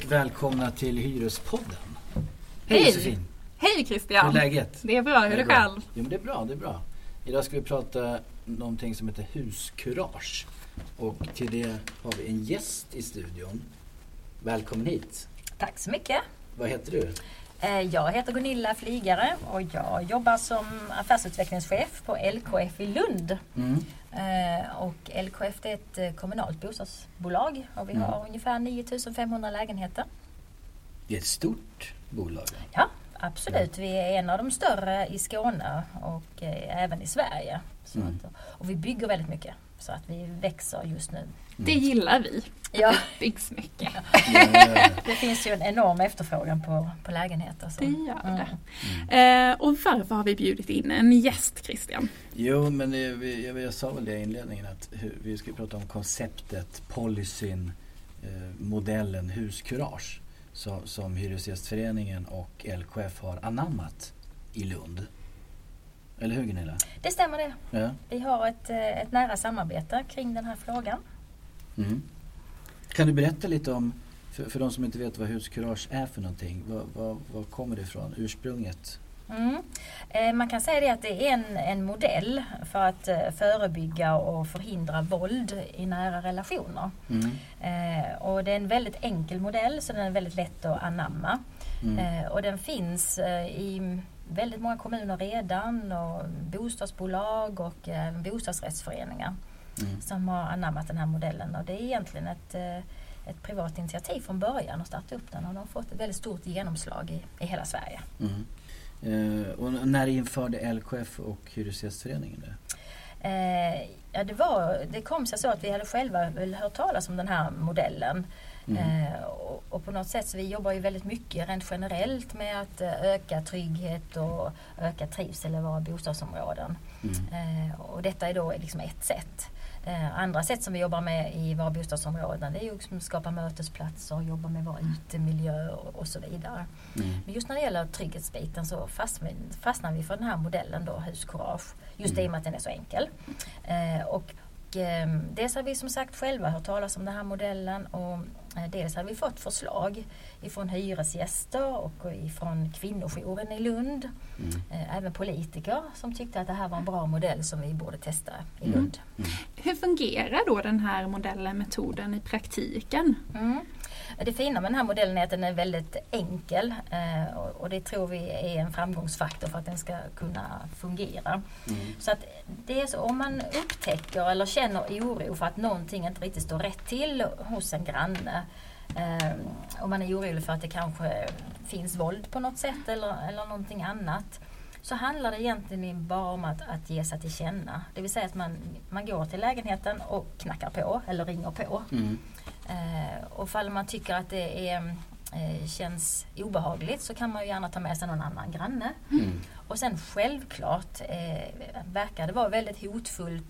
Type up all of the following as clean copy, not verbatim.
välkomna till Hyrespodden. Hej Josefin. Hej Christian. Hur är läget? Det är bra, hur är det själv? Jo, men det är bra. Idag ska vi prata någonting som heter huskurage. Och till det har vi en gäst i studion. Välkommen hit. Tack så mycket. Vad heter du? Jag heter Gunilla Flygare och jag jobbar som affärsutvecklingschef på LKF i Lund. Och LKF är ett kommunalt bostadsbolag och vi har ungefär 9500 lägenheter. Det är ett stort bolag. Ja, absolut. Vi är en av de större i Skåne och även i Sverige. Så att, och vi bygger väldigt mycket så att vi växer just nu. Det gillar vi. Ja. Det byggs mycket. Det finns ju en enorm efterfrågan på lägenheter. Så. Det gör det. Och varför har vi bjudit in en gäst, Christian? Jo, men jag sa väl det i inledningen att vi ska prata om konceptet, policyn, modellen huskurage som Hyresgästföreningen och LKF har anammat i Lund. Eller hur, Gunilla? Det stämmer det. Ja. Vi har ett nära samarbete kring den här frågan. Kan du berätta lite om, för de som inte vet vad huskurage är för någonting, vad kommer det ifrån, ursprunget? Man kan säga det att det är en modell för att förebygga och förhindra våld i nära relationer. Och det är en väldigt enkel modell så den är väldigt lätt att anamma. Och den finns i väldigt många kommuner redan och bostadsbolag och bostadsrättsföreningar som har anammat den här modellen. Och det är egentligen ett privat initiativ från början att starta upp den och de har fått ett väldigt stort genomslag i hela Sverige. Och när införde LKF och Hyresgästföreningen det? Det kom sig så att vi hade själva hört talas om den här modellen. Och på något sätt så vi jobbar ju väldigt mycket rent generellt med att öka trygghet och öka trivsel i våra bostadsområden. Och detta är då liksom ett sätt. Andra sätt som vi jobbar med i våra bostadsområden det är ju att skapa mötesplatser, jobba med vår utemiljö och så vidare. Men just när det gäller trygghetsbiten så fastnar vi för den här modellen då, huskurage. Just i och med att den är så enkel. Och dels har vi som sagt själva hört talas om den här modellen och dels har vi fått förslag ifrån hyresgäster och ifrån kvinnojouren i Lund. Även politiker som tyckte att det här var en bra modell som vi borde testa i Lund. Hur fungerar då den här modellen, metoden i praktiken? Det fina med den här modellen är att den är väldigt enkel och det tror vi är en framgångsfaktor för att den ska kunna fungera. Så att det är så, om man upptäcker eller känner oro för att någonting inte riktigt står rätt till hos en granne, om man är orolig för att det kanske finns våld på något sätt eller någonting annat, så handlar det egentligen bara om att ge sig till känna. Det vill säga att man går till lägenheten och knackar på eller ringer på. Och fall man tycker att det känns obehagligt så kan man ju gärna ta med sig någon annan granne. Och sen självklart verkar det vara väldigt hotfullt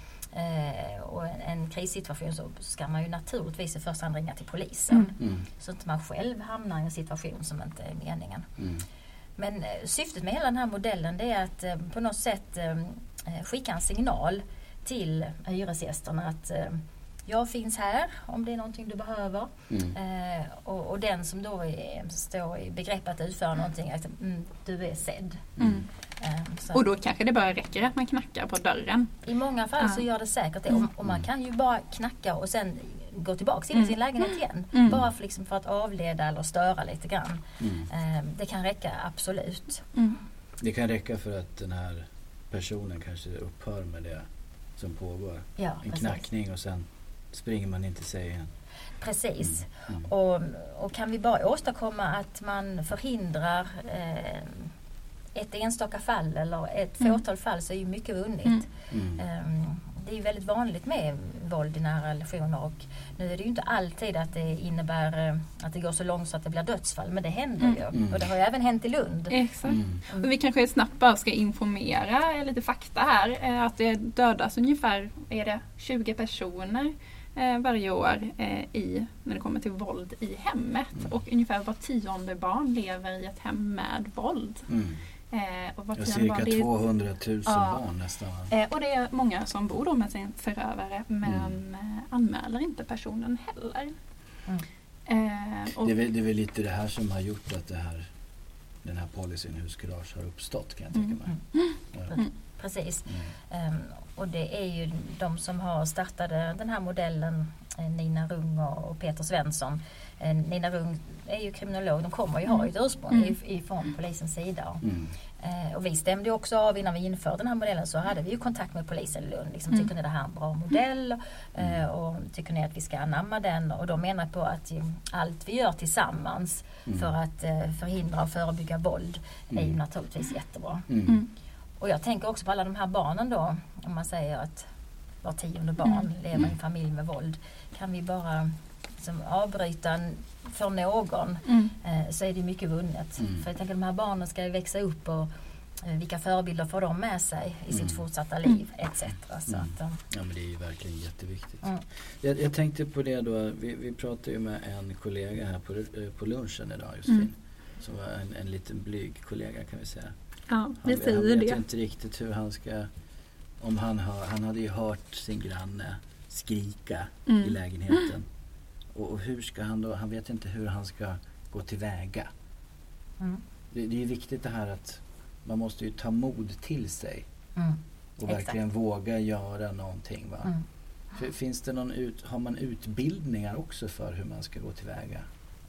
och en krissituation så ska man ju naturligtvis i första hand ringa till polisen. Så att man själv hamnar i en situation som inte är meningen. Men syftet med hela den här modellen det är att på något sätt skicka en signal till hyresgästerna att jag finns här om det är någonting du behöver. Och den som då står i begrepp att utföra någonting, att du är sedd. Och då kanske det bara räcker att man knackar på dörren. I många fall så gör det säkert det. Och man kan ju bara knacka och sen gå tillbaka in i sin lägenhet igen. Bara för att avleda eller störa lite grann. Det kan räcka, absolut. Det kan räcka för att den här personen kanske upphör med det som pågår. Ja, en knackning och sen springer man inte sig igen. Precis. Och kan vi bara åstadkomma att man förhindrar ett enstaka fall eller ett fåtal fall så är ju mycket vunnet. Det är ju väldigt vanligt med våld i nära relationer och nu är det ju inte alltid att det innebär att det går så långt så att det blir dödsfall, men det händer ju. Och det har ju även hänt i Lund. Exakt. Och vi kanske snabbt bara ska informera lite fakta här. Att det dödas ungefär 20 personer varje år när det kommer till våld i hemmet. Och ungefär var 10:e barn lever i ett hem med våld. Och cirka 200 000 barn nästan. Och det är många som bor då med sin förövare men anmäler inte personen heller. Och Det är väl lite det här som har gjort att den här policyn huskurage har uppstått, kan jag tänka mig. Ja. Precis. Och det är ju de som har startat den här modellen, Nina Rung och Peter Svensson. Nina Rung är ju kriminolog, de kommer ju ha ett ursprung ifrån polisens sida. Och vi stämde också av innan vi införde den här modellen, så hade vi ju kontakt med polisen i Lund. Liksom, tycker ni det här är en bra modell? Och tycker ni att vi ska anamma den? Och de menar på att allt vi gör tillsammans för att förhindra och förebygga våld är ju naturligtvis jättebra. Och jag tänker också på alla de här barnen då, om man säger att var 10:e barn lever i en familj med våld. Kan vi bara liksom avbryta för någon så är det mycket vunnet. För jag tänker att de här barnen ska ju växa upp och vilka förebilder får de med sig i sitt fortsatta liv etc. Så att, ja, men det är ju verkligen jätteviktigt. Jag tänkte på det då, vi pratade ju med en kollega här på lunchen idag, Josefin, som var en liten blyg kollega, kan vi säga. Ja, det säger han det. vet inte riktigt hur han ska, om han hade ju hört sin granne skrika i lägenheten. Och hur ska han då, han vet inte hur han ska gå tillväga. Det är ju viktigt det här att man måste ju ta mod till sig och verkligen våga göra någonting. Va? Finns det har man utbildningar också för hur man ska gå tillväga?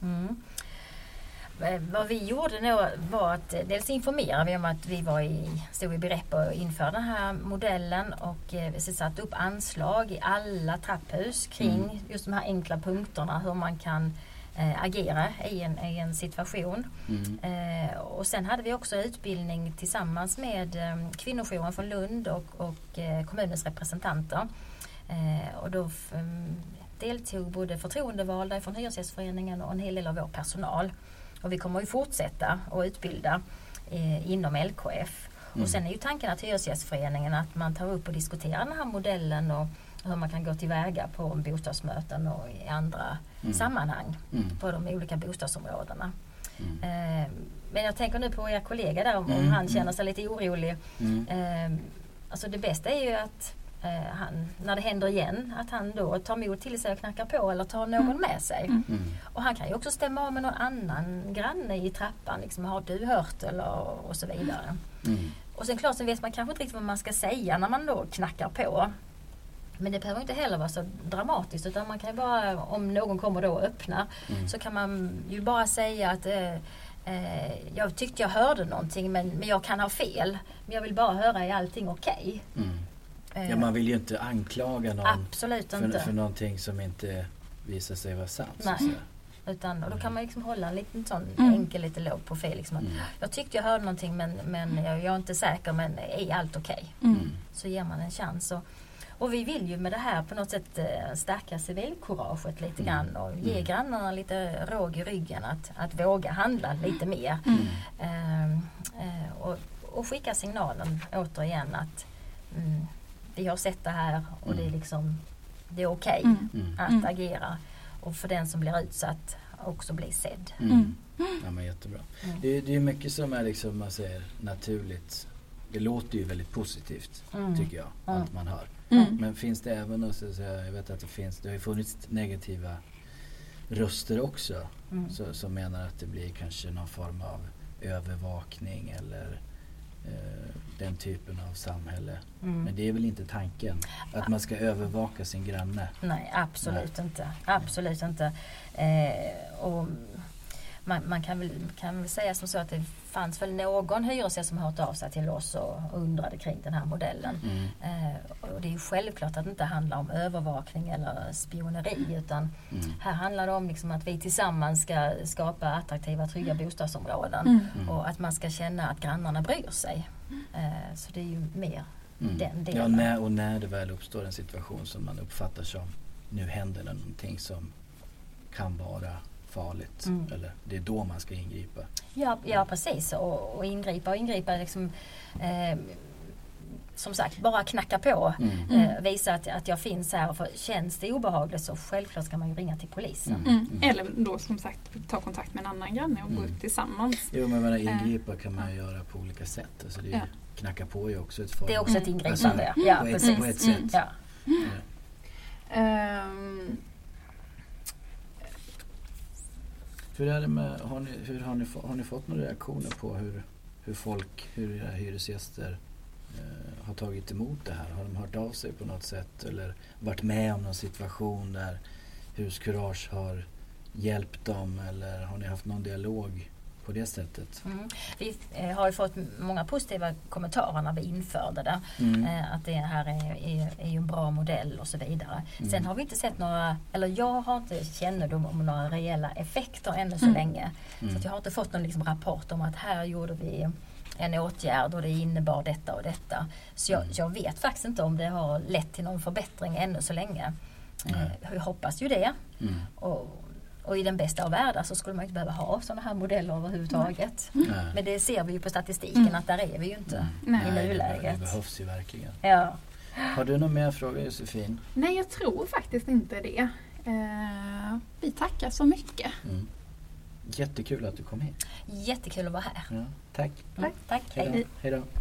Vad vi gjorde nu var att dels informera vi om att vi stod i begrepp att införa den här modellen, och vi satte upp anslag i alla trapphus kring just de här enkla punkterna, hur man kan agera i en situation. Och sen hade vi också utbildning tillsammans med kvinnojouren från Lund och kommunens representanter. Och då deltog både förtroendevalda från Hyresgästföreningen och en hel del av vår personal. Och vi kommer ju fortsätta att utbilda inom LKF. Och sen är ju tanken att Hyresgästföreningen, att man tar upp och diskuterar den här modellen och hur man kan gå tillväga på bostadsmöten och i andra sammanhang på de olika bostadsområdena. Men jag tänker nu på er kollega där, om han känner sig lite orolig. Alltså det bästa är ju att han, när det händer igen, att han då tar mod till sig och knackar på eller tar någon med sig. Och han kan ju också stämma av med någon annan granne i trappan. Liksom, har du hört? Och så vidare. Och sen klart så vet man kanske inte riktigt vad man ska säga när man då knackar på. Men det behöver inte heller vara så dramatiskt, utan man kan ju bara, om någon kommer då och öppnar, så kan man ju bara säga att jag tyckte jag hörde någonting, men jag kan ha fel. Men jag vill bara höra, är allting okej? Ja, man vill ju inte anklaga någon absolut inte. För någonting som inte visar sig vara sant. Nej. Så att säga. Och då kan man liksom hålla en liten sån enkel, lite låg profil. Liksom att jag tyckte jag hörde någonting, men jag är inte säker, men är allt okej? Så ger man en chans. Och vi vill ju med det här på något sätt stärka civilkuraget lite grann och ge grannarna lite råg i ryggen att våga handla lite mer. Och skicka signalen återigen att vi har sett det här och det är liksom, det är okej att agera, och för den som blir utsatt också bli sedd. Ja, men jättebra. Det är mycket som är liksom, man säger, naturligt. Det låter ju väldigt positivt, tycker jag, allt man hör. Men finns det även, jag vet att det har ju funnits negativa röster också som menar att det blir kanske någon form av övervakning eller den typen av samhälle. Men det är väl inte tanken att man ska övervaka sin granne? Nej, absolut inte. Absolut inte. Och man kan väl säga som så att det fanns väl någon hyresgäst som hört av sig till oss och undrade kring den här modellen. Och det är ju självklart att det inte handlar om övervakning eller spioneri, utan här handlar det om liksom att vi tillsammans ska skapa attraktiva, trygga bostadsområden och att man ska känna att grannarna bryr sig. Så det är ju mer den delen. Ja, och när det väl uppstår en situation som man uppfattar som nu händer det någonting som kan vara farligt, eller det är då man ska ingripa. Ja precis, och ingripa liksom, som sagt, bara knacka på, visa att jag finns här, och för känns det obehagligt så självklart ska man ju ringa till polisen. Eller då som sagt ta kontakt med en annan granne och gå ut tillsammans. Jo, men ingripa kan man göra på olika sätt. Alltså det är knacka på är också ett form. Det är också ett ingripande. Alltså, på ett sätt. Hur är det med, har ni fått några reaktioner på hur era hyresgäster har tagit emot det här? Har de hört av sig på något sätt eller varit med om någon situation där Huskurage har hjälpt dem, eller har ni haft någon dialog på det sättet? Vi har ju fått många positiva kommentarer när vi införde det. Att det här är ju en bra modell och så vidare. Sen har vi inte sett jag har inte kännedom om några reella effekter ännu så länge. Så att jag har inte fått någon liksom rapport om att här gjorde vi en åtgärd och det innebar detta och detta. Så jag vet faktiskt inte om det har lett till någon förbättring ännu så länge. Jag hoppas ju det. Och i den bästa av världar så skulle man inte behöva ha sådana här modeller överhuvudtaget. Men det ser vi ju på statistiken att där är vi ju inte i nuläget. Det behövs ju verkligen. Ja. Har du någon mer fråga, Josefin? Nej, jag tror faktiskt inte det. Vi tackar så mycket. Jättekul att du kom hit. Jättekul att vara här. Ja, tack. Tack. Hej då.